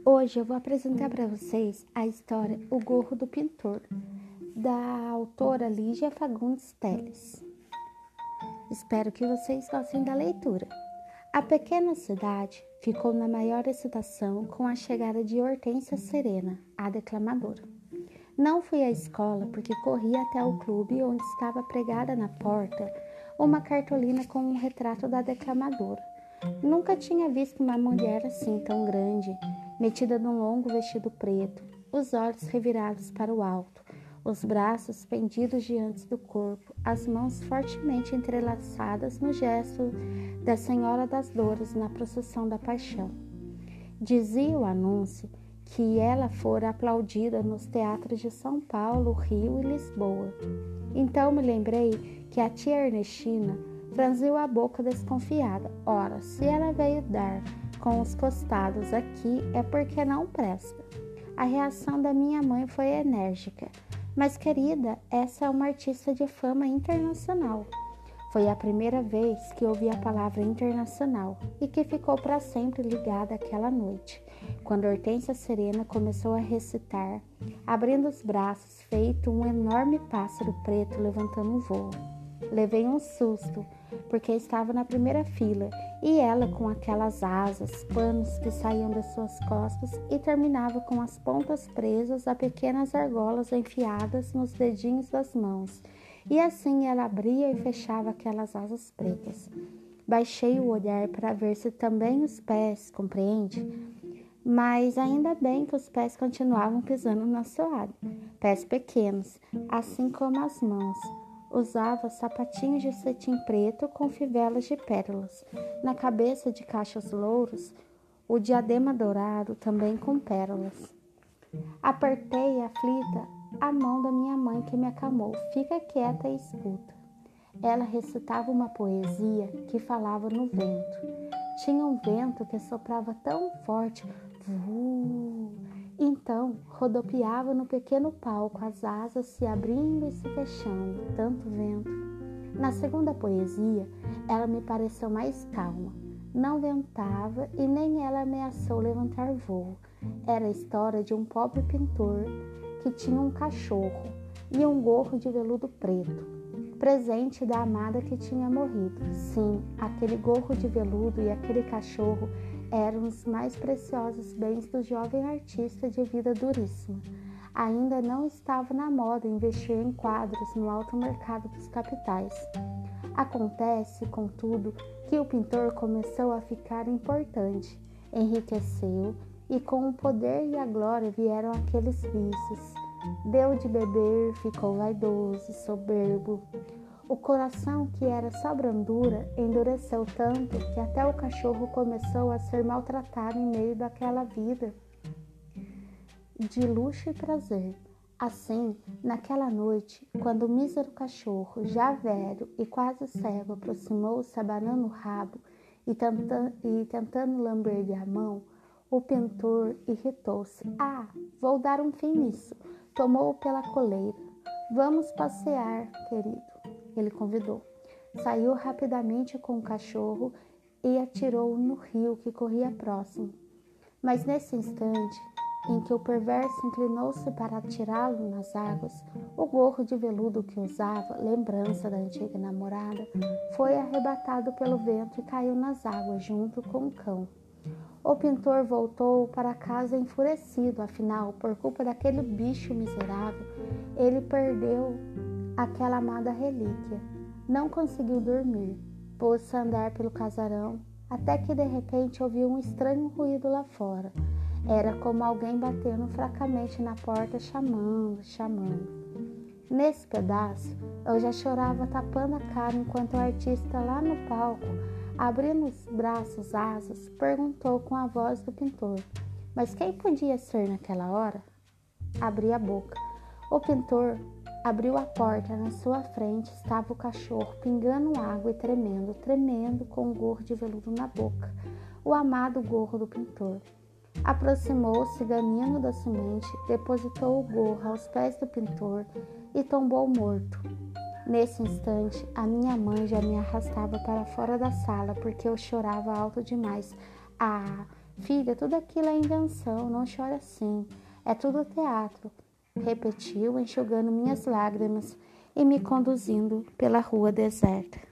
Hoje eu vou apresentar para vocês a história O Gorro do Pintor, da autora Lígia Fagundes Telles. Espero que vocês gostem da leitura. A pequena cidade ficou na maior excitação com a chegada de Hortência Serena, a declamadora. Não fui à escola porque corri até o clube onde estava pregada na porta uma cartolina com um retrato da declamadora. Nunca tinha visto uma mulher assim tão grande, metida num longo vestido preto, os olhos revirados para o alto, os braços pendidos diante do corpo, as mãos fortemente entrelaçadas no gesto da Senhora das Dores na procissão da Paixão. Dizia o anúncio que ela fora aplaudida nos teatros de São Paulo, Rio e Lisboa. Então me lembrei que a tia Ernestina franziu a boca desconfiada. Ora, se ela veio dar com os costados aqui é porque não presta. A reação da minha mãe foi enérgica. Mas, querida, essa é uma artista de fama internacional. Foi a primeira vez que ouvi a palavra internacional e que ficou para sempre ligada àquela noite, quando Hortência Serena começou a recitar, abrindo os braços, feito um enorme pássaro preto levantando um voo. Levei um susto, porque estava na primeira fila e ela com aquelas asas, panos que saíam das suas costas e terminavam com as pontas presas a pequenas argolas enfiadas nos dedinhos das mãos. E assim ela abria e fechava aquelas asas pretas. Baixei o olhar para ver se também os pés, compreende? Mas ainda bem que os pés continuavam pisando no assoalho. Pés pequenos, assim como as mãos. Usava sapatinhos de cetim preto com fivelas de pérolas. Na cabeça de cachos louros, o diadema dourado também com pérolas. Apertei aflita a mão da minha mãe que me acalmou. Fica quieta e escuta. Ela recitava uma poesia que falava no vento. Tinha um vento que soprava tão forte, então rodopiava no pequeno palco, as asas se abrindo e se fechando, tanto vento. Na segunda poesia, ela me pareceu mais calma. Não ventava e nem ela ameaçou levantar voo. Era a história de um pobre pintor que tinha um cachorro e um gorro de veludo preto, presente da amada que tinha morrido. Sim, aquele gorro de veludo e aquele cachorro eram os mais preciosos bens do jovem artista de vida duríssima. Ainda não estava na moda investir em quadros no alto mercado dos capitais. Acontece, contudo, que o pintor começou a ficar importante, enriqueceu e com o poder e a glória vieram aqueles vícios. Deu de beber, ficou vaidoso, soberbo. O coração, que era só brandura, endureceu tanto que até o cachorro começou a ser maltratado em meio daquela vida de luxo e prazer. Assim, naquela noite, quando o mísero cachorro, já velho e quase cego, aproximou-se abanando o rabo e tentando lamber-lhe a mão, o pintor irritou-se. Vou dar um fim nisso. Tomou-o pela coleira. Vamos passear, querido, ele convidou. Saiu rapidamente com o cachorro e atirou-o no rio que corria próximo. Mas nesse instante em que o perverso inclinou-se para atirá-lo nas águas, o gorro de veludo que usava, lembrança da antiga namorada, foi arrebatado pelo vento e caiu nas águas junto com o cão. O pintor voltou para casa enfurecido, afinal, por culpa daquele bicho miserável, ele perdeu aquela amada relíquia. Não conseguiu dormir, pôs-se a andar pelo casarão, até que de repente ouviu um estranho ruído lá fora. Era como alguém batendo fracamente na porta, chamando. Nesse pedaço, eu já chorava tapando a cara enquanto o artista lá no palco, abrindo os braços asas, perguntou com a voz do pintor: mas quem podia ser naquela hora? Abri a boca. O pintor abriu a porta. Na sua frente estava o cachorro, pingando água e tremendo, com o gorro de veludo na boca. O amado gorro do pintor. Aproximou-se, ganindo docemente, depositou o gorro aos pés do pintor e tombou morto. Nesse instante, a minha mãe já me arrastava para fora da sala, porque eu chorava alto demais. Filha, tudo aquilo é invenção, não chore assim. É tudo teatro, repetiu, enxugando minhas lágrimas e me conduzindo pela rua deserta.